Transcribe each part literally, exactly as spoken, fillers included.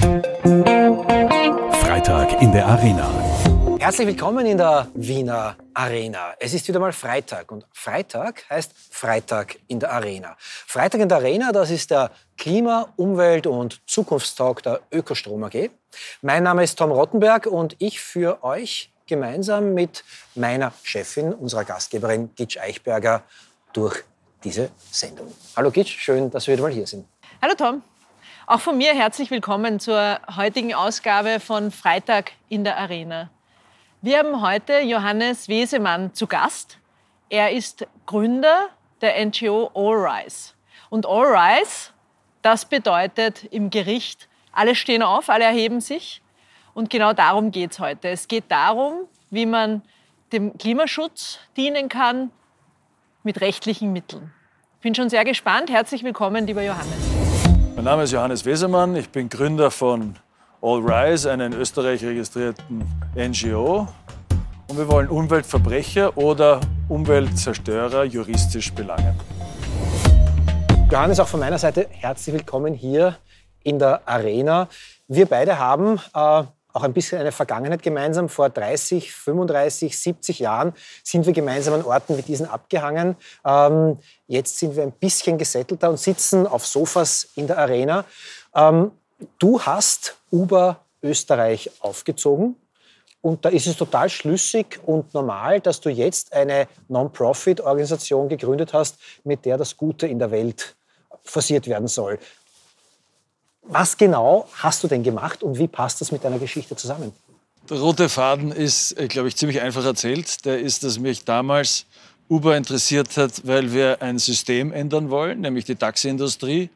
Freitag in der Arena. Herzlich willkommen in der Wiener Arena. Es ist wieder mal Freitag und Freitag heißt Freitag in der Arena. Freitag in der Arena, das ist der Klima-, Umwelt- und Zukunftstalk der Ökostrom A G. Mein Name ist Tom Rottenberg und ich führe euch gemeinsam mit meiner Chefin, unserer Gastgeberin Gitsch Eichberger, durch diese Sendung. Hallo Gitsch, schön, dass wir wieder mal hier sind. Hallo Tom. Auch von mir herzlich willkommen zur heutigen Ausgabe von Freitag in der Arena. Wir haben heute Johannes Wesemann zu Gast. Er ist Gründer der N G O All Rise. Und All Rise, das bedeutet im Gericht, alle stehen auf, alle erheben sich. Und genau darum geht es heute. Es geht darum, wie man dem Klimaschutz dienen kann mit rechtlichen Mitteln. Ich bin schon sehr gespannt. Herzlich willkommen, lieber Johannes. Mein Name ist Johannes Wesemann. Ich bin Gründer von All Rise, einen in Österreich registrierten N G O. Und wir wollen Umweltverbrecher oder Umweltzerstörer juristisch belangen. Johannes, auch von meiner Seite herzlich willkommen hier in der Arena. Wir beide haben äh, auch ein bisschen eine Vergangenheit gemeinsam. Vor dreißig, fünfunddreißig, siebzig Jahren sind wir gemeinsam an Orten wie diesen abgehangen. Ähm, jetzt sind wir ein bisschen gesettelter und sitzen auf Sofas in der Arena. Ähm, du hast Uber Österreich aufgezogen. Und da ist es total schlüssig und normal, dass du jetzt eine Non-Profit-Organisation gegründet hast, mit der das Gute in der Welt forciert werden soll. Was genau hast du denn gemacht und wie passt das mit deiner Geschichte zusammen? Der rote Faden ist, glaube ich, ziemlich einfach erzählt. Der ist, dass mich damals Uber interessiert hat, weil wir ein System ändern wollen, nämlich die Taxiindustrie.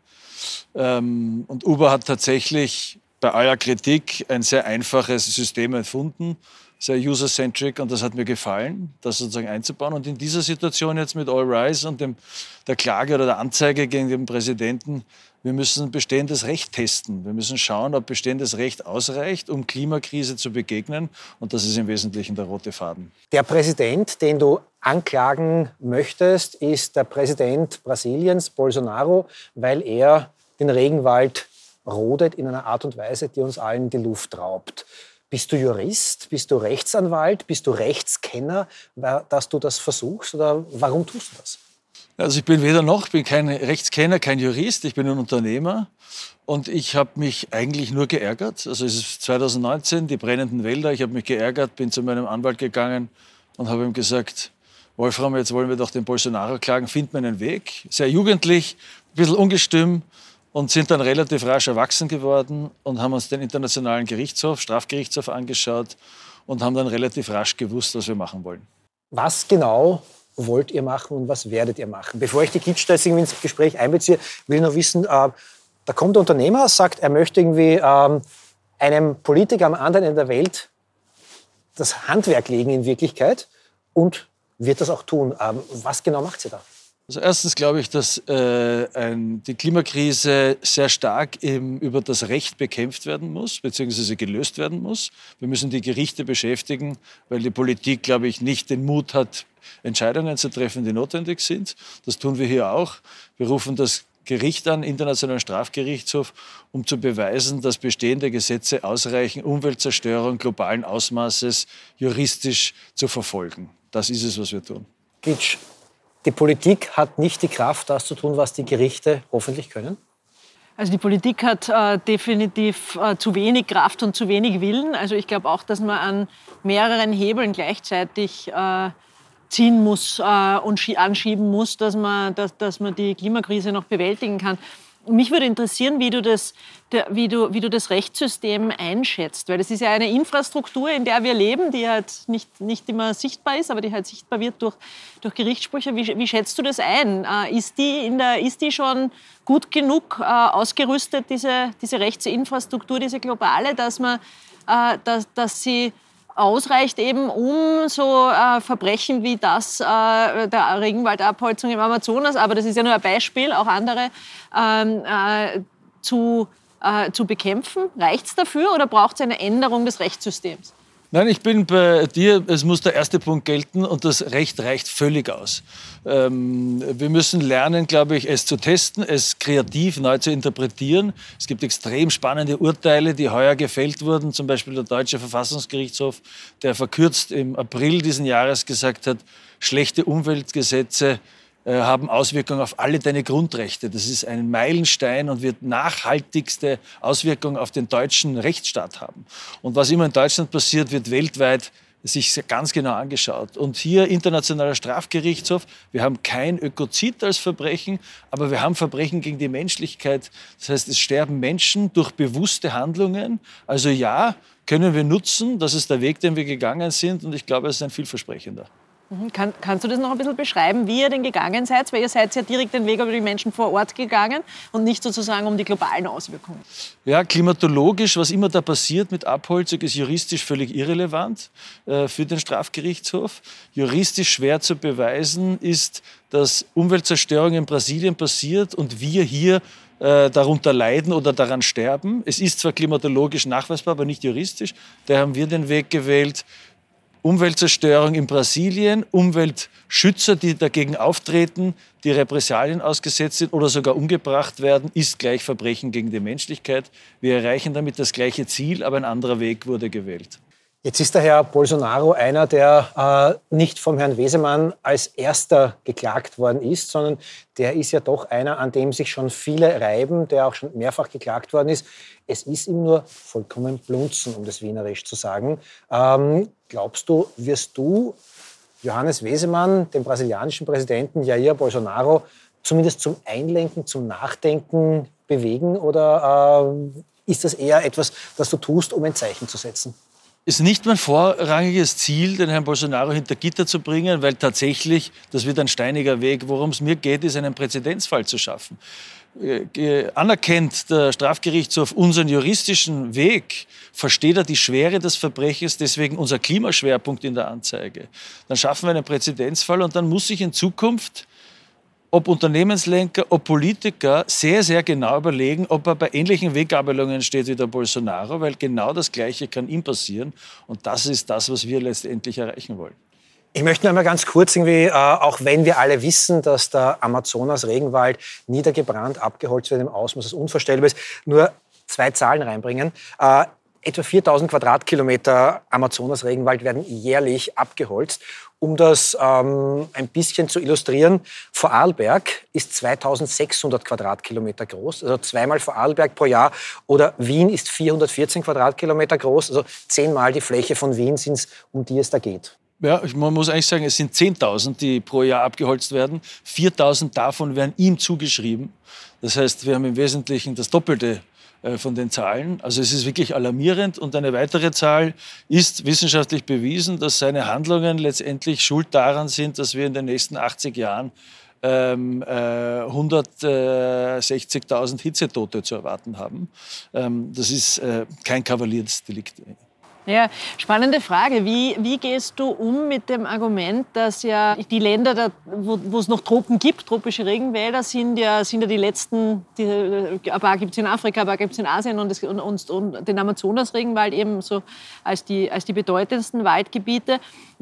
Und Uber hat tatsächlich bei aller Kritik ein sehr einfaches System erfunden, sehr user-centric, und das hat mir gefallen, das sozusagen einzubauen. Und in dieser Situation jetzt mit All Rise und dem, der Klage oder der Anzeige gegen den Präsidenten, wir müssen bestehendes Recht testen. Wir müssen schauen, ob bestehendes Recht ausreicht, um Klimakrise zu begegnen. Und das ist im Wesentlichen der rote Faden. Der Präsident, den du anklagen möchtest, ist der Präsident Brasiliens, Bolsonaro, weil er den Regenwald rodet in einer Art und Weise, die uns allen die Luft raubt. Bist du Jurist? Bist du Rechtsanwalt? Bist du Rechtskenner, dass du das versuchst? Oder warum tust du das? Also ich bin weder noch, ich bin kein Rechtskenner, kein Jurist, ich bin ein Unternehmer. Und ich habe mich eigentlich nur geärgert. Also es ist zweitausendneunzehn, die brennenden Wälder. Ich habe mich geärgert, bin zu meinem Anwalt gegangen und habe ihm gesagt, Wolfram, jetzt wollen wir doch den Bolsonaro klagen, find mir einen Weg. Sehr jugendlich, ein bisschen ungestüm. Und sind dann relativ rasch erwachsen geworden und haben uns den Internationalen Gerichtshof, Strafgerichtshof angeschaut und haben dann relativ rasch gewusst, was wir machen wollen. Was genau wollt ihr machen und was werdet ihr machen? Bevor ich die Gitsch ins Gespräch einbeziehe, will ich noch wissen, äh, da kommt der Unternehmer, sagt, er möchte irgendwie ähm, einem Politiker am anderen Ende der Welt das Handwerk legen in Wirklichkeit und wird das auch tun. Ähm, was genau macht ihr da? Also erstens glaube ich, dass äh, ein, die Klimakrise sehr stark eben über das Recht bekämpft werden muss, beziehungsweise gelöst werden muss. Wir müssen die Gerichte beschäftigen, weil die Politik, glaube ich, nicht den Mut hat, Entscheidungen zu treffen, die notwendig sind. Das tun wir hier auch. Wir rufen das Gericht an, Internationalen Strafgerichtshof, um zu beweisen, dass bestehende Gesetze ausreichen, Umweltzerstörung globalen Ausmaßes juristisch zu verfolgen. Das ist es, was wir tun. Gitsch, die Politik hat nicht die Kraft, das zu tun, was die Gerichte hoffentlich können? Also die Politik hat äh, definitiv äh, zu wenig Kraft und zu wenig Willen. Also ich glaube auch, dass man an mehreren Hebeln gleichzeitig äh, ziehen muss äh, und anschieben muss, dass man, dass, dass man die Klimakrise noch bewältigen kann. Mich würde interessieren, wie du, das, der, wie, du, wie du das Rechtssystem einschätzt. Weil das ist ja eine Infrastruktur, in der wir leben, die halt nicht, nicht immer sichtbar ist, aber die halt sichtbar wird durch, durch Gerichtssprüche. Wie, wie schätzt du das ein? Äh, ist, die in der, ist die schon gut genug äh, ausgerüstet, diese, diese Rechtsinfrastruktur, diese globale, dass, man, äh, dass, dass sie ausreicht, eben um so äh, Verbrechen wie das äh, der Regenwaldabholzung im Amazonas, aber das ist ja nur ein Beispiel, auch andere, ähm, äh, zu, äh, zu bekämpfen? Reicht es dafür oder braucht es eine Änderung des Rechtssystems? Nein, ich bin bei dir. Es muss der erste Punkt gelten und das Recht reicht völlig aus. Ähm, wir müssen lernen, glaube ich, es zu testen, es kreativ neu zu interpretieren. Es gibt extrem spannende Urteile, die heuer gefällt wurden. Zum Beispiel der Deutsche Verfassungsgerichtshof, der verkürzt im April diesen Jahres gesagt hat, schlechte Umweltgesetze haben Auswirkungen auf alle deine Grundrechte. Das ist ein Meilenstein und wird nachhaltigste Auswirkungen auf den deutschen Rechtsstaat haben. Und was immer in Deutschland passiert, wird weltweit sich ganz genau angeschaut. Und hier Internationaler Strafgerichtshof, wir haben kein Ökozid als Verbrechen, aber wir haben Verbrechen gegen die Menschlichkeit. Das heißt, es sterben Menschen durch bewusste Handlungen. Also ja, können wir nutzen, das ist der Weg, den wir gegangen sind und ich glaube, es ist ein vielversprechender. Kann, kannst du das noch ein bisschen beschreiben, wie ihr denn gegangen seid? Weil ihr seid ja direkt den Weg über die Menschen vor Ort gegangen und nicht sozusagen um die globalen Auswirkungen. Ja, klimatologisch, was immer da passiert mit Abholzung, ist juristisch völlig irrelevant äh, für den Strafgerichtshof. Juristisch schwer zu beweisen ist, dass Umweltzerstörung in Brasilien passiert und wir hier äh, darunter leiden oder daran sterben. Es ist zwar klimatologisch nachweisbar, aber nicht juristisch. Daher haben wir den Weg gewählt, Umweltzerstörung in Brasilien, Umweltschützer, die dagegen auftreten, die Repressalien ausgesetzt sind oder sogar umgebracht werden, ist gleich Verbrechen gegen die Menschlichkeit. Wir erreichen damit das gleiche Ziel, aber ein anderer Weg wurde gewählt. Jetzt ist der Herr Bolsonaro einer, der äh, nicht vom Herrn Wesemann als erster geklagt worden ist, sondern der ist ja doch einer, an dem sich schon viele reiben, der auch schon mehrfach geklagt worden ist. Es ist ihm nur vollkommen blunzen, um das Wienerisch zu sagen. Ähm, glaubst du, wirst du Johannes Wesemann, den brasilianischen Präsidenten Jair Bolsonaro, zumindest zum Einlenken, zum Nachdenken bewegen? Oder äh, ist das eher etwas, das du tust, um ein Zeichen zu setzen? Ist nicht mein vorrangiges Ziel, den Herrn Bolsonaro hinter Gitter zu bringen, weil tatsächlich, das wird ein steiniger Weg. Worum es mir geht, ist, einen Präzedenzfall zu schaffen. Äh, anerkennt der Strafgerichtshof unseren juristischen Weg, versteht er die Schwere des Verbrechens, deswegen unser Klimaschwerpunkt in der Anzeige. Dann schaffen wir einen Präzedenzfall und dann muss sich in Zukunft ob Unternehmenslenker, ob Politiker sehr, sehr genau überlegen, ob er bei ähnlichen Weggabelungen steht wie der Bolsonaro, weil genau das Gleiche kann ihm passieren. Und das ist das, was wir letztendlich erreichen wollen. Ich möchte noch einmal ganz kurz, irgendwie, äh, auch wenn wir alle wissen, dass der Amazonas-Regenwald niedergebrannt, abgeholzt wird im Ausmaß, das unvorstellbar ist, nur zwei Zahlen reinbringen. Äh, etwa viertausend Quadratkilometer Amazonas-Regenwald werden jährlich abgeholzt. Um das ähm, ein bisschen zu illustrieren, Vorarlberg ist zweitausendsechshundert Quadratkilometer groß, also zweimal Vorarlberg pro Jahr. Oder Wien ist vierhundertvierzehn Quadratkilometer groß, also zehnmal die Fläche von Wien sind es, um die es da geht. Ja, man muss eigentlich sagen, es sind zehntausend, die pro Jahr abgeholzt werden. viertausend davon werden ihm zugeschrieben. Das heißt, wir haben im Wesentlichen das Doppelte von den Zahlen. Also es ist wirklich alarmierend. Und eine weitere Zahl ist wissenschaftlich bewiesen, dass seine Handlungen letztendlich schuld daran sind, dass wir in den nächsten achtzig Jahren ähm, äh, hundertsechzigtausend Hitzetote zu erwarten haben. Ähm, das ist äh, kein Kavaliersdelikt. Ja, spannende Frage. Wie, wie gehst du um mit dem Argument, dass ja die Länder, da, wo, wo es noch Tropen gibt, tropische Regenwälder, sind ja, sind ja die letzten, die, ein paar gibt es in Afrika, ein paar gibt es in Asien und, das, und, und, und den Amazonas-Regenwald eben so als die, als die bedeutendsten Waldgebiete.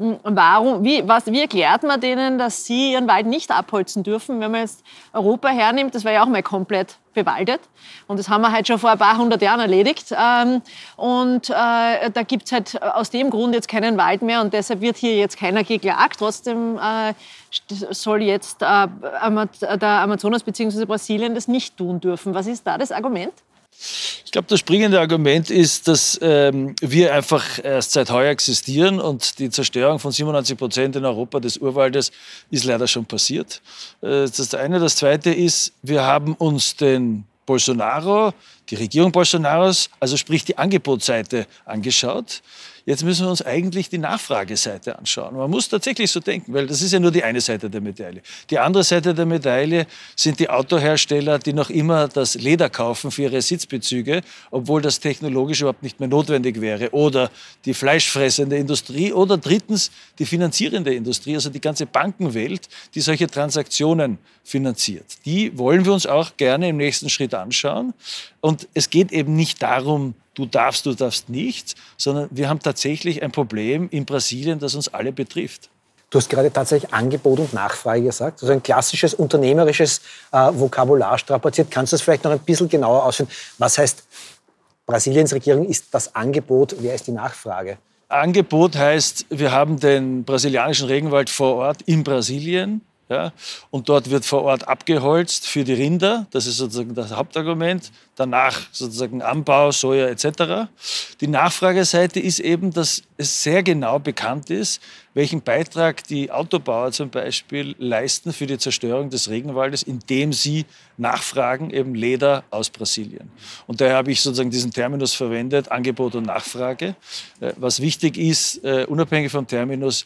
Warum, wie, was, wie erklärt man denen, dass sie ihren Wald nicht abholzen dürfen? Wenn man jetzt Europa hernimmt, das war ja auch mal komplett bewaldet. Und das haben wir halt schon vor ein paar hundert Jahren erledigt. Ähm, und äh, da gibt es halt aus dem Grund jetzt keinen Wald mehr und deshalb wird hier jetzt keiner geklagt. Trotzdem äh, soll jetzt äh, der Amazonas bzw. Brasilien das nicht tun dürfen. Was ist da das Argument? Ich glaube, das springende Argument ist, dass ähm, wir einfach erst seit heuer existieren und die Zerstörung von siebenundneunzig Prozent in Europa des Urwaldes ist leider schon passiert. Äh, das ist das eine. Das zweite ist, wir haben uns den Bolsonaro, die Regierung Bolsonaros, also sprich die Angebotsseite angeschaut. Jetzt müssen wir uns eigentlich die Nachfrageseite anschauen. Man muss tatsächlich so denken, weil das ist ja nur die eine Seite der Medaille. Die andere Seite der Medaille sind die Autohersteller, die noch immer das Leder kaufen für ihre Sitzbezüge, obwohl das technologisch überhaupt nicht mehr notwendig wäre. Oder die fleischfressende Industrie oder drittens die finanzierende Industrie, also die ganze Bankenwelt, die solche Transaktionen finanziert. Die wollen wir uns auch gerne im nächsten Schritt anschauen. Und es geht eben nicht darum, du darfst, du darfst nicht, sondern wir haben tatsächlich ein Problem in Brasilien, das uns alle betrifft. Du hast gerade tatsächlich Angebot und Nachfrage gesagt, also ein klassisches unternehmerisches äh, Vokabular strapaziert. Kannst du das vielleicht noch ein bisschen genauer ausführen? Was heißt, Brasiliens Regierung ist das Angebot, wer ist die Nachfrage? Angebot heißt, wir haben den brasilianischen Regenwald vor Ort in Brasilien. Ja, und dort wird vor Ort abgeholzt für die Rinder. Das ist sozusagen das Hauptargument. Danach sozusagen Anbau, Soja et cetera. Die Nachfrageseite ist eben, dass es sehr genau bekannt ist, welchen Beitrag die Autobauer zum Beispiel leisten für die Zerstörung des Regenwaldes, indem sie nachfragen, eben Leder aus Brasilien. Und daher habe ich sozusagen diesen Terminus verwendet, Angebot und Nachfrage. Was wichtig ist, unabhängig vom Terminus,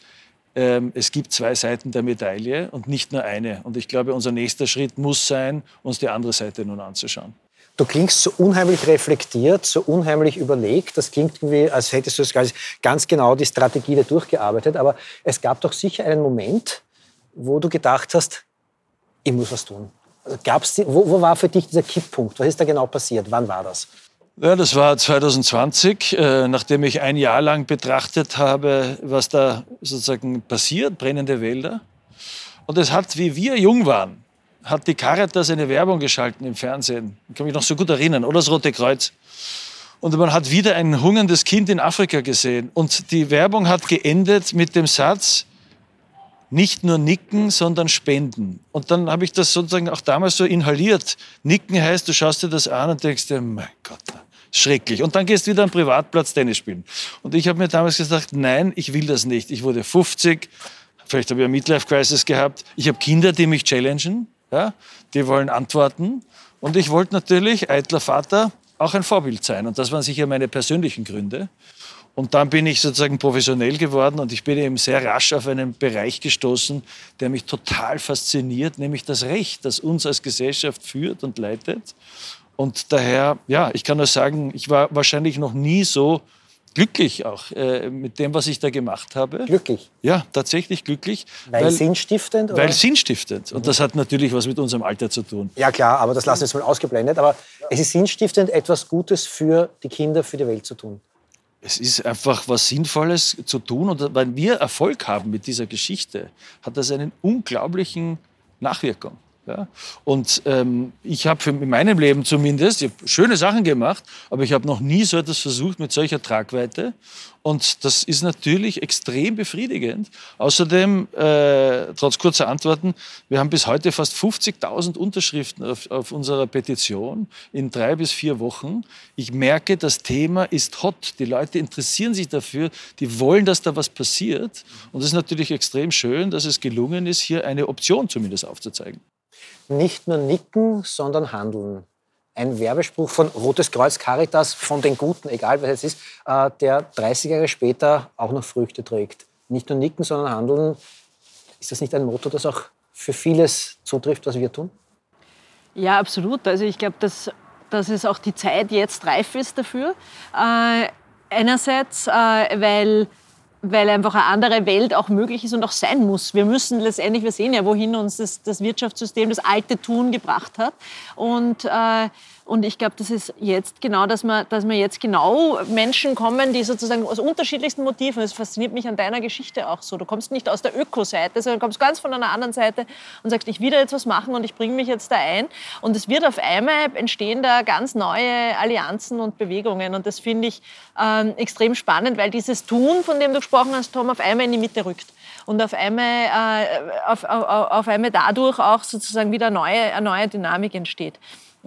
es gibt zwei Seiten der Medaille und nicht nur eine. Und ich glaube, unser nächster Schritt muss sein, uns die andere Seite nun anzuschauen. Du klingst so unheimlich reflektiert, so unheimlich überlegt. Das klingt irgendwie, als hättest du das ganz genau die Strategie da durchgearbeitet. Aber es gab doch sicher einen Moment, wo du gedacht hast, ich muss was tun. Also gab's die, wo, wo war für dich dieser Kipppunkt? Was ist da genau passiert? Wann war das? Ja, das war zwanzig zwanzig, äh, nachdem ich ein Jahr lang betrachtet habe, was da sozusagen passiert, brennende Wälder. Und es hat, wie wir jung waren, hat die Caritas eine Werbung geschalten im Fernsehen. Ich kann mich noch so gut erinnern, oder das Rote Kreuz. Und man hat wieder ein hungerndes Kind in Afrika gesehen. Und die Werbung hat geendet mit dem Satz, nicht nur nicken, sondern spenden. Und dann habe ich das sozusagen auch damals so inhaliert. Nicken heißt, du schaust dir das an und denkst dir, mein Gott, schrecklich. Und dann gehst du wieder am Privatplatz Tennis spielen. Und ich habe mir damals gesagt, nein, ich will das nicht. Ich wurde fünfzig, vielleicht habe ich eine Midlife-Crisis gehabt. Ich habe Kinder, die mich challengen, ja? Die wollen Antworten. Und ich wollte natürlich, eitler Vater, auch ein Vorbild sein. Und das waren sicher meine persönlichen Gründe. Und dann bin ich sozusagen professionell geworden und ich bin eben sehr rasch auf einen Bereich gestoßen, der mich total fasziniert, nämlich das Recht, das uns als Gesellschaft führt und leitet. Und daher, ja, ich kann nur sagen, ich war wahrscheinlich noch nie so glücklich auch äh, mit dem, was ich da gemacht habe. Glücklich? Ja, tatsächlich glücklich. Weil, weil sinnstiftend? Oder? Weil sinnstiftend. Und das hat natürlich was mit unserem Alter zu tun. Ja klar, aber das lassen wir jetzt mal ausgeblendet. Aber es ist sinnstiftend, etwas Gutes für die Kinder, für die Welt zu tun. Es ist einfach was Sinnvolles zu tun. Und weil wir Erfolg haben mit dieser Geschichte, hat das einen unglaublichen Nachwirkung. Ja? Und ähm, ich habe in meinem Leben zumindest, ich habe schöne Sachen gemacht, aber ich habe noch nie so etwas versucht mit solcher Tragweite. Und das ist natürlich extrem befriedigend. Außerdem, äh, trotz kurzer Antworten, wir haben bis heute fast fünfzigtausend Unterschriften auf, auf unserer Petition in drei bis vier Wochen. Ich merke, das Thema ist hot. Die Leute interessieren sich dafür, die wollen, dass da was passiert. Und es ist natürlich extrem schön, dass es gelungen ist, hier eine Option zumindest aufzuzeigen. Nicht nur nicken, sondern handeln. Ein Werbespruch von Rotes Kreuz, Caritas, von den Guten, egal wer es ist, der dreißig Jahre später auch noch Früchte trägt. Nicht nur nicken, sondern handeln. Ist das nicht ein Motto, das auch für vieles zutrifft, was wir tun? Ja, absolut. Also ich glaube, dass, dass es auch die Zeit jetzt reif ist dafür. Äh, einerseits, äh, weil... weil einfach eine andere Welt auch möglich ist und auch sein muss. Wir müssen letztendlich, wir sehen ja, wohin uns das, das Wirtschaftssystem, das alte Tun gebracht hat. Und, äh, und ich glaube, das ist jetzt genau, dass wir, dass wir jetzt genau Menschen kommen, die sozusagen aus unterschiedlichsten Motiven, das fasziniert mich an deiner Geschichte auch so, du kommst nicht aus der Öko-Seite, sondern kommst ganz von einer anderen Seite und sagst, ich will da jetzt was machen und ich bringe mich jetzt da ein. Und es wird auf einmal entstehen da ganz neue Allianzen und Bewegungen. Und das finde ich ähm, extrem spannend, weil dieses Tun, von dem du gesprochen hast, Tom, auf einmal in die Mitte rückt. Und auf einmal, äh, auf, auf, auf einmal dadurch auch sozusagen wieder eine neue, eine neue Dynamik entsteht.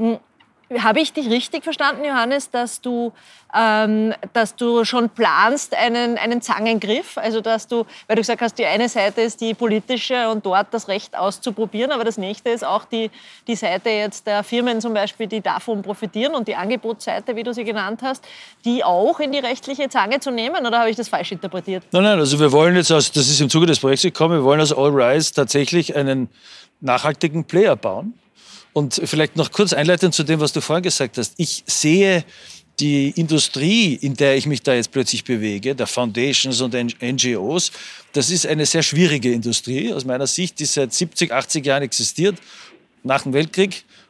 Habe ich dich richtig verstanden, Johannes, dass du, ähm, dass du schon planst einen, einen Zangengriff? Also dass du, weil du gesagt hast, die eine Seite ist die politische und dort das Recht auszuprobieren, aber das nächste ist auch die, die Seite jetzt der Firmen zum Beispiel, die davon profitieren und die Angebotsseite, wie du sie genannt hast, die auch in die rechtliche Zange zu nehmen, oder habe ich das falsch interpretiert? Nein, nein, also wir wollen jetzt, aus, das ist im Zuge des Projekts gekommen, wir wollen aus All Rise tatsächlich einen nachhaltigen Player bauen. Und vielleicht noch kurz einleitend zu dem, was du vorhin gesagt hast. Ich sehe die Industrie, in der ich mich da jetzt plötzlich bewege, der Foundations und N G Os, das ist eine sehr schwierige Industrie aus meiner Sicht, die seit siebzig, achtzig Jahren existiert, nach dem Weltkrieg.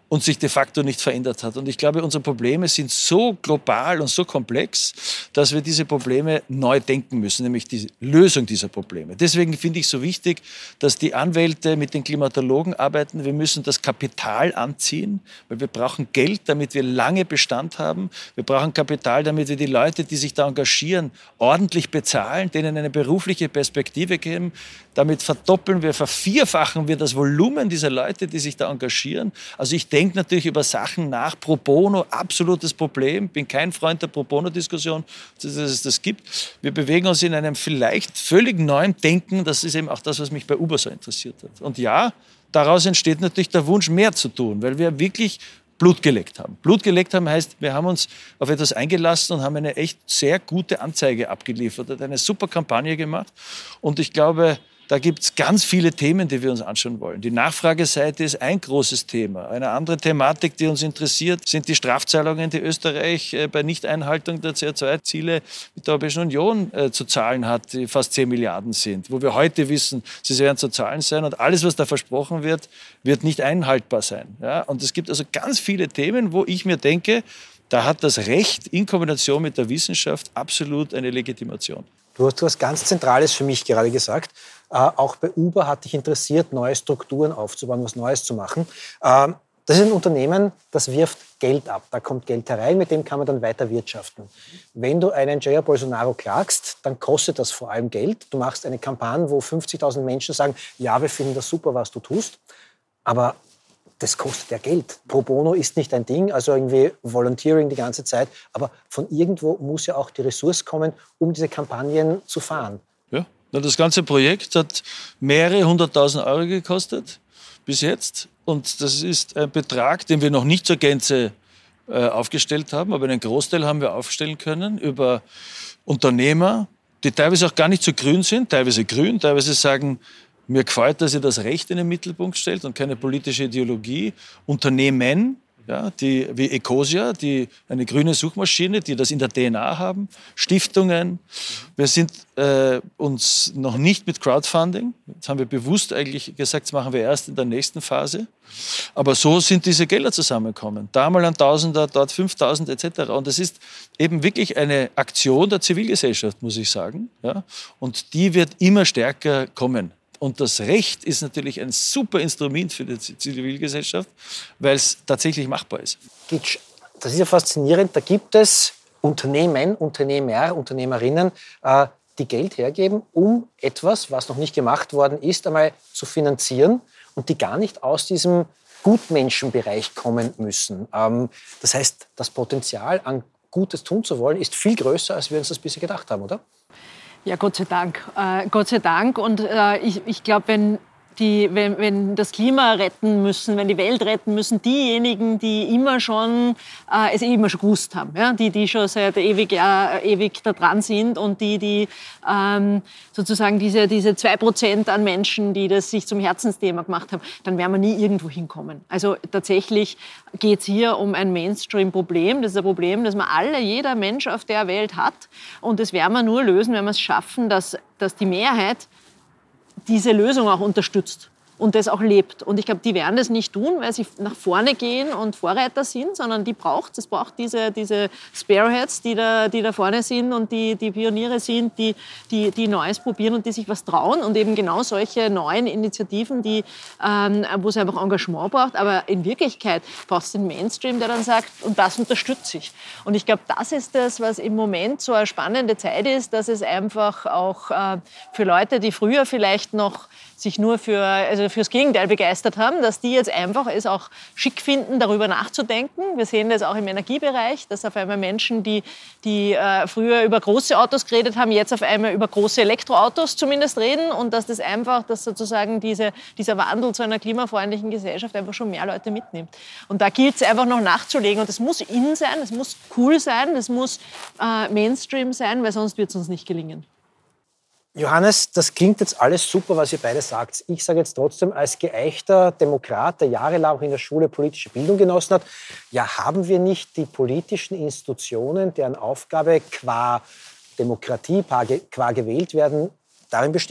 und sich de facto nicht verändert hat. Und ich glaube, unsere Probleme sind so global und so komplex, dass wir diese Probleme neu denken müssen, nämlich die Lösung dieser Probleme. Deswegen finde ich so wichtig, dass die Anwälte mit den Klimatologen arbeiten. Wir müssen das Kapital anziehen, weil wir brauchen Geld, damit wir lange Bestand haben. Wir brauchen Kapital, damit wir die Leute, die sich da engagieren, ordentlich bezahlen, denen eine berufliche Perspektive geben. Damit verdoppeln wir, vervierfachen wir das Volumen dieser Leute, die sich da engagieren. Also ich denke natürlich über Sachen nach. Pro bono, absolutes Problem. Bin kein Freund der Pro bono-Diskussion, dass es das gibt. Wir bewegen uns in einem vielleicht völlig neuen Denken. Das ist eben auch das, was mich bei Uber so interessiert hat. Und ja, daraus entsteht natürlich der Wunsch, mehr zu tun, weil wir wirklich Blut geleckt haben. Blut geleckt haben heißt, wir haben uns auf etwas eingelassen und haben eine echt sehr gute Anzeige abgeliefert, hat eine super Kampagne gemacht. Und ich glaube, da gibt es ganz viele Themen, die wir uns anschauen wollen. Die Nachfrageseite ist ein großes Thema. Eine andere Thematik, die uns interessiert, sind die Strafzahlungen, die Österreich bei Nichteinhaltung der C O zwei Ziele mit der Europäischen Union äh, zu zahlen hat, die fast zehn Milliarden sind. Wo wir heute wissen, sie werden zu zahlen sein und alles, was da versprochen wird, wird nicht einhaltbar sein. Ja? Und es gibt also ganz viele Themen, wo ich mir denke, da hat das Recht in Kombination mit der Wissenschaft absolut eine Legitimation. Du hast was ganz Zentrales für mich gerade gesagt. Äh, auch bei Uber hat dich interessiert, neue Strukturen aufzubauen, was Neues zu machen. Äh, das ist ein Unternehmen, das wirft Geld ab. Da kommt Geld herein, mit dem kann man dann weiter wirtschaften. Wenn du einen Jair Bolsonaro klagst, dann kostet das vor allem Geld. Du machst eine Kampagne, wo fünfzigtausend Menschen sagen, ja, wir finden das super, was du tust. Aber das kostet ja Geld. Pro bono ist nicht ein Ding, also irgendwie Volunteering die ganze Zeit. Aber von irgendwo muss ja auch die Ressource kommen, um diese Kampagnen zu fahren. Ja, das ganze Projekt hat mehrere hunderttausend Euro gekostet bis jetzt. Und das ist ein Betrag, den wir noch nicht zur Gänze äh, aufgestellt haben. Aber einen Großteil haben wir aufstellen können über Unternehmer, die teilweise auch gar nicht so grün sind, teilweise grün, teilweise sagen, mir gefällt, dass ihr das Recht in den Mittelpunkt stellt und keine politische Ideologie. Unternehmen, ja, die, wie Ecosia, die eine grüne Suchmaschine, die das in der D N A haben. Stiftungen. Wir sind äh, uns noch nicht mit Crowdfunding. Jetzt haben wir bewusst eigentlich gesagt, das machen wir erst in der nächsten Phase. Aber so sind diese Gelder zusammengekommen. Da mal ein Tausender, dort fünftausend et cetera. Und das ist eben wirklich eine Aktion der Zivilgesellschaft, muss ich sagen. Ja? Und die wird immer stärker kommen. Und das Recht ist natürlich ein super Instrument für die Zivilgesellschaft, weil es tatsächlich machbar ist. Gitsch, das ist ja faszinierend. Da gibt es Unternehmen, Unternehmer, Unternehmerinnen, äh, die Geld hergeben, um etwas, was noch nicht gemacht worden ist, einmal zu finanzieren und die gar nicht aus diesem Gutmenschenbereich kommen müssen. Ähm, das heißt, das Potenzial, an Gutes tun zu wollen, ist viel größer, als wir uns das bisher gedacht haben, oder? Ja, Gott sei Dank. Äh, Gott sei Dank. Und äh, ich, ich glaube, wenn, die, wenn, wenn das Klima retten müssen, wenn die Welt retten müssen, diejenigen, die immer schon, äh, es immer schon gewusst haben, ja? die, die schon seit ewig, äh, ewig da dran sind und die, die ähm, sozusagen diese, diese zwei Prozent an Menschen, die das sich zum Herzensthema gemacht haben, dann werden wir nie irgendwo hinkommen. Also tatsächlich geht es hier um ein Mainstream-Problem. Das ist ein Problem, das man alle, jeder Mensch auf der Welt hat. Und das werden wir nur lösen, wenn wir es schaffen, dass, dass die Mehrheit diese Lösung auch unterstützt und das auch lebt. Und ich glaube, die werden das nicht tun, weil sie nach vorne gehen und Vorreiter sind, sondern die braucht es. braucht diese, diese Spearheads, die da, die da vorne sind und die, die Pioniere sind, die, die, die Neues probieren und die sich was trauen. Und eben genau solche neuen Initiativen, die, ähm, wo es einfach Engagement braucht. Aber in Wirklichkeit braucht es den Mainstream, der dann sagt, und das unterstütze ich. Und ich glaube, das ist das, was im Moment so eine spannende Zeit ist, dass es einfach auch äh, für Leute, die früher vielleicht noch sich nur für, also fürs Gegenteil begeistert haben, dass die jetzt einfach es auch schick finden, darüber nachzudenken. Wir sehen das auch im Energiebereich, dass auf einmal Menschen, die, die äh, früher über große Autos geredet haben, jetzt auf einmal über große Elektroautos zumindest reden und dass das einfach, dass sozusagen diese, dieser Wandel zu einer klimafreundlichen Gesellschaft einfach schon mehr Leute mitnimmt. Und da gilt es einfach noch nachzulegen und das muss in sein, das muss cool sein, das muss äh, Mainstream sein, weil sonst wird es uns nicht gelingen. Johannes, das klingt jetzt alles super, was ihr beide sagt. Ich sage jetzt trotzdem, als geeichter Demokrat, der jahrelang auch in der Schule politische Bildung genossen hat, ja, haben wir nicht die politischen Institutionen, deren Aufgabe qua Demokratie, qua gewählt werden, darin besteht,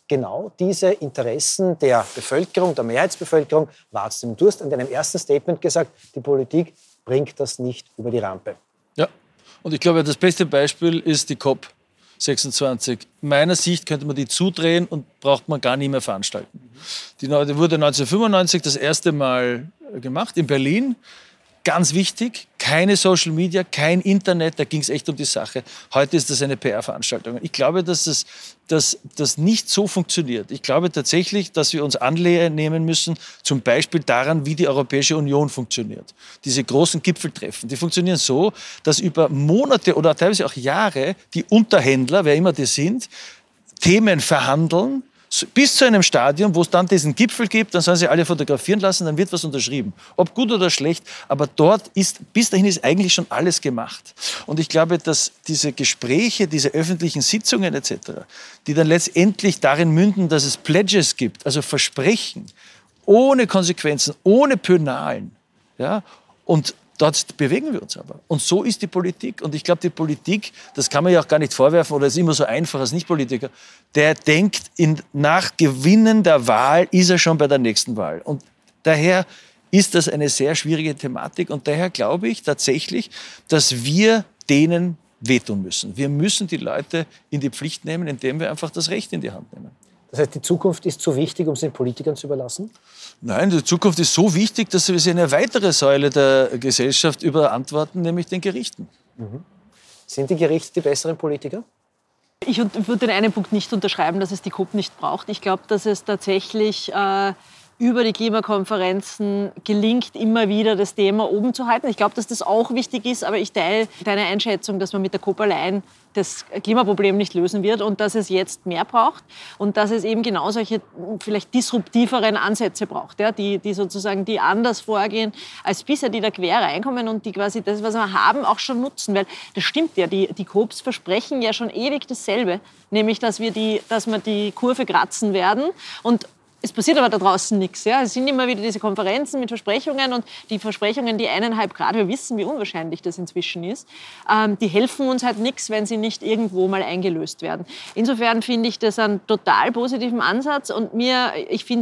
genau diese Interessen der Bevölkerung, der Mehrheitsbevölkerung wahrzunehmen. Du hast in deinem ersten Statement gesagt, die Politik bringt das nicht über die Rampe. Ja, und ich glaube, das beste Beispiel ist die COP sechsundzwanzig. Meiner Sicht könnte man die zudrehen und braucht man gar nicht mehr veranstalten. Die wurde neunzehnhundertfünfundneunzig das erste Mal gemacht in Berlin. Ganz wichtig, keine Social Media, kein Internet, da ging es echt um die Sache. Heute ist das eine P R-Veranstaltung. Ich glaube, dass das, dass das nicht so funktioniert. Ich glaube tatsächlich, dass wir uns Anleihe nehmen müssen, zum Beispiel daran, wie die Europäische Union funktioniert. Diese großen Gipfeltreffen, die funktionieren so, dass über Monate oder teilweise auch Jahre die Unterhändler, wer immer die sind, Themen verhandeln, bis zu einem Stadium, wo es dann diesen Gipfel gibt, dann sollen sie alle fotografieren lassen, dann wird was unterschrieben. Ob gut oder schlecht, aber dort ist, bis dahin ist eigentlich schon alles gemacht. Und ich glaube, dass diese Gespräche, diese öffentlichen Sitzungen et cetera, die dann letztendlich darin münden, dass es Pledges gibt, also Versprechen, ohne Konsequenzen, ohne Pönalen, ja, und dort bewegen wir uns aber. Und so ist die Politik. Und ich glaube, die Politik, das kann man ja auch gar nicht vorwerfen, oder ist immer so einfach als Nicht-Politiker, der denkt, in, nach Gewinnen der Wahl ist er schon bei der nächsten Wahl. Und daher ist das eine sehr schwierige Thematik. Und daher glaube ich tatsächlich, dass wir denen wehtun müssen. Wir müssen die Leute in die Pflicht nehmen, indem wir einfach das Recht in die Hand nehmen. Das heißt, die Zukunft ist zu wichtig, um es den Politikern zu überlassen? Nein, die Zukunft ist so wichtig, dass wir sie eine weitere Säule der Gesellschaft überantworten, nämlich den Gerichten. Mhm. Sind die Gerichte die besseren Politiker? Ich würde den einen Punkt nicht unterschreiben, dass es die COP nicht braucht. Ich glaube, dass es tatsächlich äh, über die Klimakonferenzen gelingt, immer wieder das Thema oben zu halten. Ich glaube, dass das auch wichtig ist, aber ich teile deine Einschätzung, dass man mit der COP allein das Klimaproblem nicht lösen wird und dass es jetzt mehr braucht und dass es eben genau solche vielleicht disruptiveren Ansätze braucht, ja, die, die sozusagen die anders vorgehen als bisher, die da quer reinkommen und die quasi das, was wir haben, auch schon nutzen. Weil das stimmt ja, die, die COPs versprechen ja schon ewig dasselbe, nämlich dass wir die, dass wir die Kurve kratzen werden und es passiert aber da draußen nichts. Ja? Es sind immer wieder diese Konferenzen mit Versprechungen und die Versprechungen, die eineinhalb Grad, wir wissen, wie unwahrscheinlich das inzwischen ist, ähm, die helfen uns halt nichts, wenn sie nicht irgendwo mal eingelöst werden. Insofern finde ich das einen total positiven Ansatz und mir, ich finde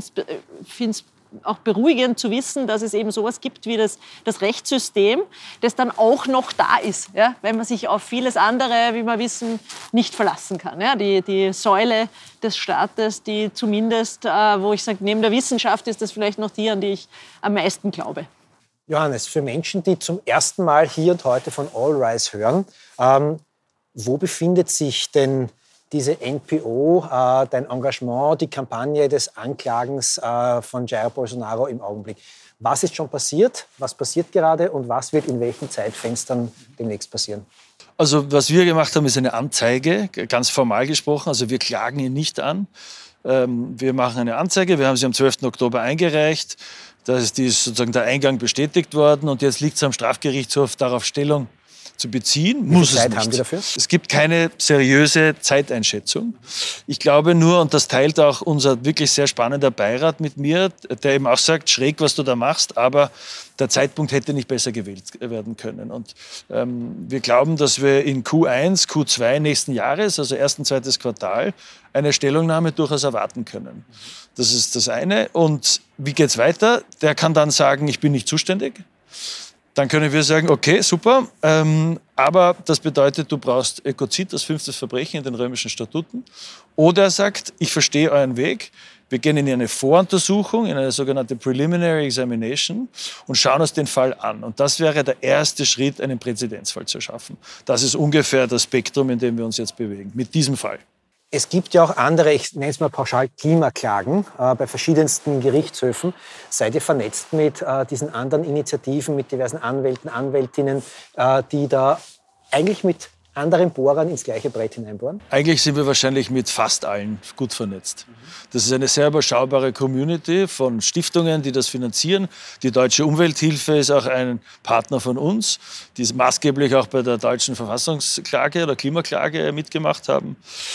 es auch beruhigend zu wissen, dass es eben sowas gibt wie das, das Rechtssystem, das dann auch noch da ist, ja? Wenn man sich auf vieles andere, wie wir wissen, nicht verlassen kann. Ja? Die, die Säule des Staates, die zumindest, äh, wo ich sage, neben der Wissenschaft ist das vielleicht noch die, an die ich am meisten glaube. Johannes, für Menschen, die zum ersten Mal hier und heute von All Rise hören, ähm, wo befindet sich denn diese N P O, äh, dein Engagement, die Kampagne des Anklagens äh, von Jair Bolsonaro im Augenblick? Was ist schon passiert? Was passiert gerade? Und was wird in welchen Zeitfenstern demnächst passieren? Also was wir gemacht haben, ist eine Anzeige, ganz formal gesprochen. Also wir klagen ihn nicht an. Ähm, wir machen eine Anzeige. Wir haben sie am zwölften Oktober eingereicht. Da ist, die ist sozusagen der Eingang bestätigt worden. Und jetzt liegt es am Strafgerichtshof, darauf Stellung zu beziehen. Wie viel Muss Zeit es nicht. haben die dafür? Es gibt keine seriöse Zeiteinschätzung. Ich glaube nur, und das teilt auch unser wirklich sehr spannender Beirat mit mir, der eben auch sagt, schräg, was du da machst, aber der Zeitpunkt hätte nicht besser gewählt werden können. Und ähm, wir glauben, dass wir in Q eins, Q zwei nächsten Jahres, also ersten, zweites Quartal, eine Stellungnahme durchaus erwarten können. Das ist das eine. Und wie geht's weiter? Der kann dann sagen, ich bin nicht zuständig. Dann können wir sagen, okay, super, ähm, aber das bedeutet, du brauchst Ökozid, das fünfte Verbrechen in den römischen Statuten. Oder er sagt, ich verstehe euren Weg, wir gehen in eine Voruntersuchung, in eine sogenannte Preliminary Examination und schauen uns den Fall an. Und das wäre der erste Schritt, einen Präzedenzfall zu schaffen. Das ist ungefähr das Spektrum, in dem wir uns jetzt bewegen, mit diesem Fall. Es gibt ja auch andere, ich nenne es mal pauschal Klimaklagen, äh, bei verschiedensten Gerichtshöfen. Seid ihr vernetzt mit äh, diesen anderen Initiativen, mit diversen Anwälten, Anwältinnen, äh, die da eigentlich mit anderen Bohrern ins gleiche Brett hineinbohren? Eigentlich sind wir wahrscheinlich mit fast allen gut vernetzt. Das ist eine sehr überschaubare Community von Stiftungen, die das finanzieren. Die Deutsche Umwelthilfe ist auch ein Partner von uns, die maßgeblich auch bei der deutschen Verfassungsklage oder Klimaklage mitgemacht haben.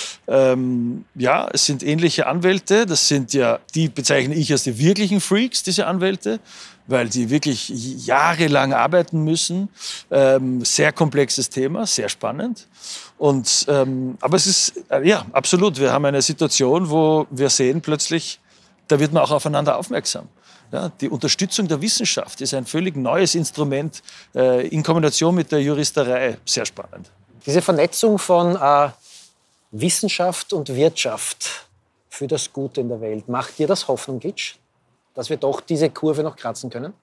Ähm, ja, es sind ähnliche Anwälte. Das sind ja, die bezeichne ich als die wirklichen Freaks, diese Anwälte, weil die wirklich jahrelang arbeiten müssen. Ähm, sehr komplexes Thema, sehr spannend. Und, ähm, aber es ist, äh, ja, absolut, wir haben eine Situation, wo wir sehen plötzlich, da wird man auch aufeinander aufmerksam. Ja, die Unterstützung der Wissenschaft ist ein völlig neues Instrument äh, in Kombination mit der Juristerei. Sehr spannend. Diese Vernetzung von äh, Wissenschaft und Wirtschaft für das Gute in der Welt, macht dir das Hoffnung, Gitsch, dass wir doch diese Kurve noch kratzen können?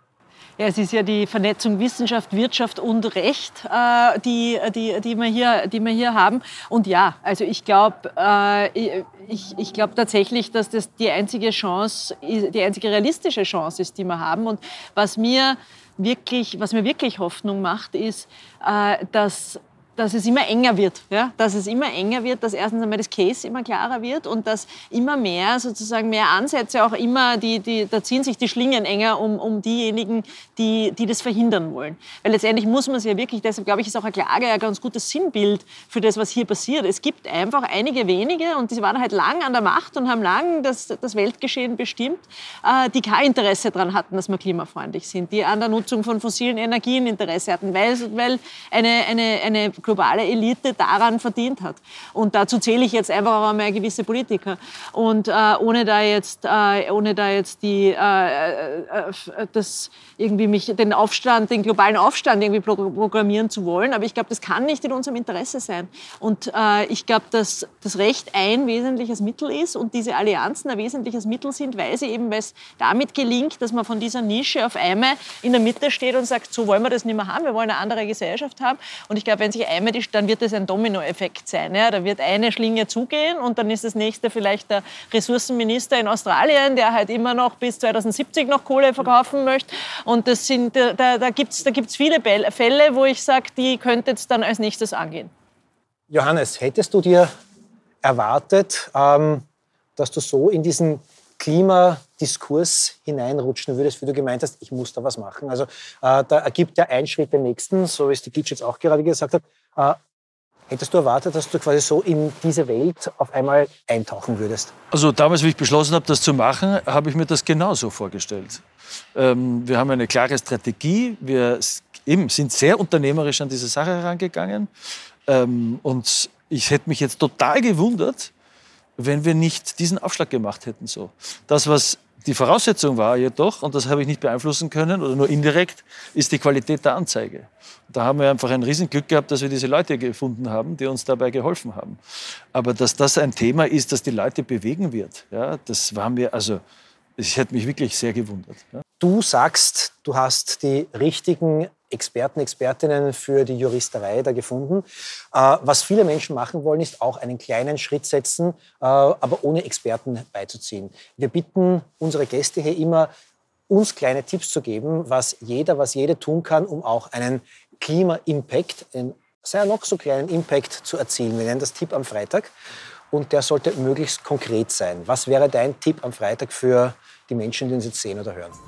Ja, es ist ja die Vernetzung Wissenschaft, Wirtschaft und Recht, äh, die, die, die, wir hier, die wir hier haben. Und ja, also ich glaube äh, ich, ich glaub tatsächlich, dass das die einzige Chance, die einzige realistische Chance ist, die wir haben. Und was mir wirklich, was mir wirklich Hoffnung macht, ist, äh, dass dass es immer enger wird, ja? Dass es immer enger wird, dass erstens einmal das Case immer klarer wird und dass immer mehr sozusagen mehr Ansätze auch immer, die, die, da ziehen sich die Schlingen enger um, um diejenigen, die, die das verhindern wollen. Weil letztendlich muss man es ja wirklich, deshalb glaube ich, ist auch eine Klage ein ganz gutes Sinnbild für das, was hier passiert. Es gibt einfach einige wenige und die waren halt lang an der Macht und haben lang das, das Weltgeschehen bestimmt, äh, die kein Interesse daran hatten, dass wir klimafreundlich sind, die an der Nutzung von fossilen Energien Interesse hatten, weil, weil eine, eine, eine globale Elite daran verdient hat. Und dazu zähle ich jetzt einfach auch einmal gewisse Politiker. Und äh, ohne da jetzt, äh, ohne da jetzt die, äh, äh, das irgendwie mich, den Aufstand, den globalen Aufstand irgendwie programmieren zu wollen. Aber ich glaube, das kann nicht in unserem Interesse sein. Und äh, ich glaube, dass das Recht ein wesentliches Mittel ist und diese Allianzen ein wesentliches Mittel sind, weil sie eben, weil es damit gelingt, dass man von dieser Nische auf einmal in der Mitte steht und sagt, so wollen wir das nicht mehr haben, wir wollen eine andere Gesellschaft haben. Und ich glaube, wenn sich einmal die, dann wird es ein Dominoeffekt sein. Ja? Da wird eine Schlinge zugehen und dann ist das nächste vielleicht der Ressourcenminister in Australien, der halt immer noch bis zweitausendsiebzig noch Kohle verkaufen möchte. Und das sind, da, da gibt es da gibt's viele Fälle, wo ich sage, die könnte jetzt dann als nächstes angehen. Johannes, hättest du dir erwartet, ähm, dass du so in diesen Klimadiskurs hineinrutschen würdest, wie du gemeint hast, ich muss da was machen? Also äh, da ergibt ja ein Schritt den nächsten, so wie es die Gitsch jetzt auch gerade gesagt hat. Äh, hättest du erwartet, dass du quasi so in diese Welt auf einmal eintauchen würdest? Also damals, wie ich beschlossen habe, das zu machen, habe ich mir das genauso vorgestellt. Ähm, wir haben eine klare Strategie, wir eben sind sehr unternehmerisch an diese Sache herangegangen. Ähm, und ich hätte mich jetzt total gewundert, wenn wir nicht diesen Aufschlag gemacht hätten. So. Das, was die Voraussetzung war jedoch, und das habe ich nicht beeinflussen können oder nur indirekt, ist die Qualität der Anzeige. Da haben wir einfach ein Riesenglück gehabt, dass wir diese Leute gefunden haben, die uns dabei geholfen haben. Aber dass das ein Thema ist, das die Leute bewegen wird, ja, das war mir, also, es hätte mich wirklich sehr gewundert. Ja. Du sagst, du hast die richtigen Experten, Expertinnen für die Juristerei da gefunden. Äh, was viele Menschen machen wollen, ist auch einen kleinen Schritt setzen, äh, aber ohne Experten beizuziehen. Wir bitten unsere Gäste hier immer, uns kleine Tipps zu geben, was jeder, was jede tun kann, um auch einen Klima-Impact, einen sehr noch so kleinen Impact zu erzielen. Wir nennen das Tipp am Freitag und der sollte möglichst konkret sein. Was wäre dein Tipp am Freitag für die Menschen, die uns jetzt sehen oder hören?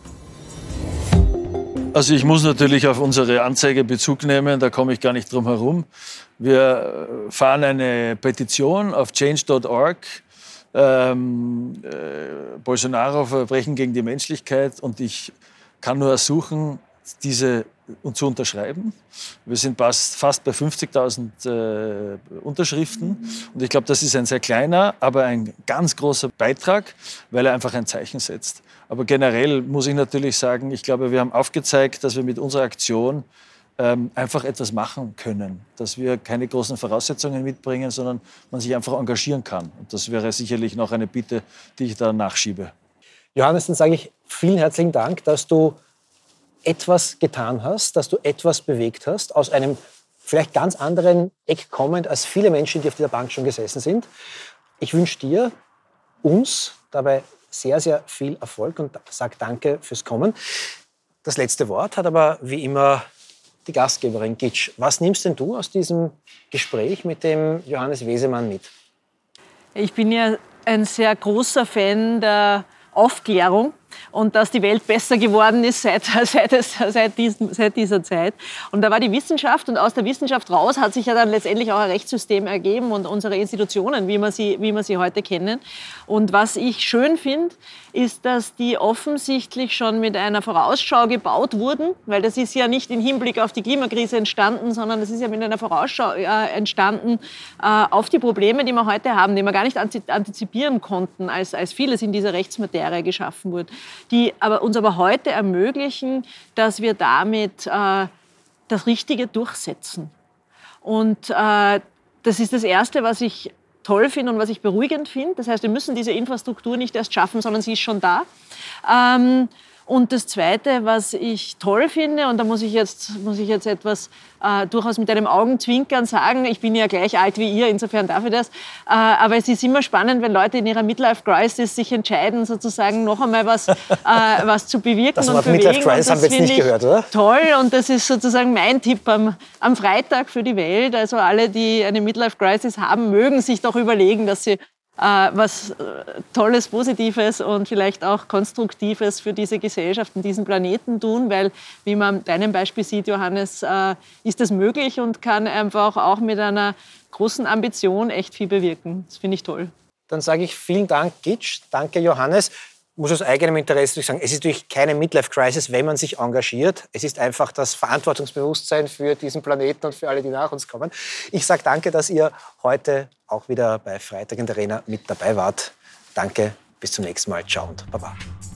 Also ich muss natürlich auf unsere Anzeige Bezug nehmen, da komme ich gar nicht drum herum. Wir fahren eine Petition auf change punkt org, ähm, äh, Bolsonaro Verbrechen gegen die Menschlichkeit, und ich kann nur ersuchen, diese zu unterschreiben. Wir sind fast bei fünfzigtausend äh, Unterschriften und ich glaube, das ist ein sehr kleiner, aber ein ganz großer Beitrag, weil er einfach ein Zeichen setzt. Aber generell muss ich natürlich sagen, ich glaube, wir haben aufgezeigt, dass wir mit unserer Aktion ähm, einfach etwas machen können. Dass wir keine großen Voraussetzungen mitbringen, sondern man sich einfach engagieren kann. Und das wäre sicherlich noch eine Bitte, die ich da nachschiebe. Johannes, dann sage ich vielen herzlichen Dank, dass du etwas getan hast, dass du etwas bewegt hast, aus einem vielleicht ganz anderen Eck kommend als viele Menschen, die auf dieser Bank schon gesessen sind. Ich wünsche dir, uns dabei sehr, sehr viel Erfolg und sage danke fürs Kommen. Das letzte Wort hat aber wie immer die Gastgeberin Gitsch. Was nimmst denn du aus diesem Gespräch mit dem Johannes Wesemann mit? Ich bin ja ein sehr großer Fan der Aufklärung und dass die Welt besser geworden ist seit, seit, es, seit, diesen, seit dieser Zeit. Und da war die Wissenschaft und aus der Wissenschaft raus hat sich ja dann letztendlich auch ein Rechtssystem ergeben und unsere Institutionen, wie wir sie, wie wir sie heute kennen. Und was ich schön finde, ist, dass die offensichtlich schon mit einer Vorausschau gebaut wurden, weil das ist ja nicht im Hinblick auf die Klimakrise entstanden, sondern das ist ja mit einer Vorausschau äh, entstanden äh, auf die Probleme, die wir heute haben, die wir gar nicht antizipieren konnten, als, als vieles in dieser Rechtsmaterie geschaffen wurde, die aber, uns aber heute ermöglichen, dass wir damit äh, das Richtige durchsetzen. Und äh, das ist das Erste, was ich toll finde und was ich beruhigend finde. Das heißt, wir müssen diese Infrastruktur nicht erst schaffen, sondern sie ist schon da. Ähm, und das Zweite, was ich toll finde, und da muss ich jetzt, muss ich jetzt etwas äh, durchaus mit einem Augenzwinkern sagen, ich bin ja gleich alt wie ihr, insofern darf ich das, äh, aber es ist immer spannend, wenn Leute in ihrer Midlife-Crisis sich entscheiden, sozusagen noch einmal was, äh, was zu bewirken das und Wort bewegen. Midlife-Crisis haben wir jetzt nicht gehört, oder? Toll, und das ist sozusagen mein Tipp am, am Freitag für die Welt. Also alle, die eine Midlife-Crisis haben, mögen sich doch überlegen, dass sie äh, was äh, Tolles, Positives und vielleicht auch Konstruktives für diese Gesellschaft und diesen Planeten tun, weil, wie man an deinem Beispiel sieht, Johannes, äh, ist das möglich und kann einfach auch mit einer großen Ambition echt viel bewirken. Das finde ich toll. Dann sage ich vielen Dank, Gitsch. Danke, Johannes. Ich muss aus eigenem Interesse sagen, es ist natürlich keine Midlife-Crisis, wenn man sich engagiert. Es ist einfach das Verantwortungsbewusstsein für diesen Planeten und für alle, die nach uns kommen. Ich sage danke, dass ihr heute auch wieder bei Freitag in der Arena mit dabei wart. Danke, bis zum nächsten Mal. Ciao und Baba.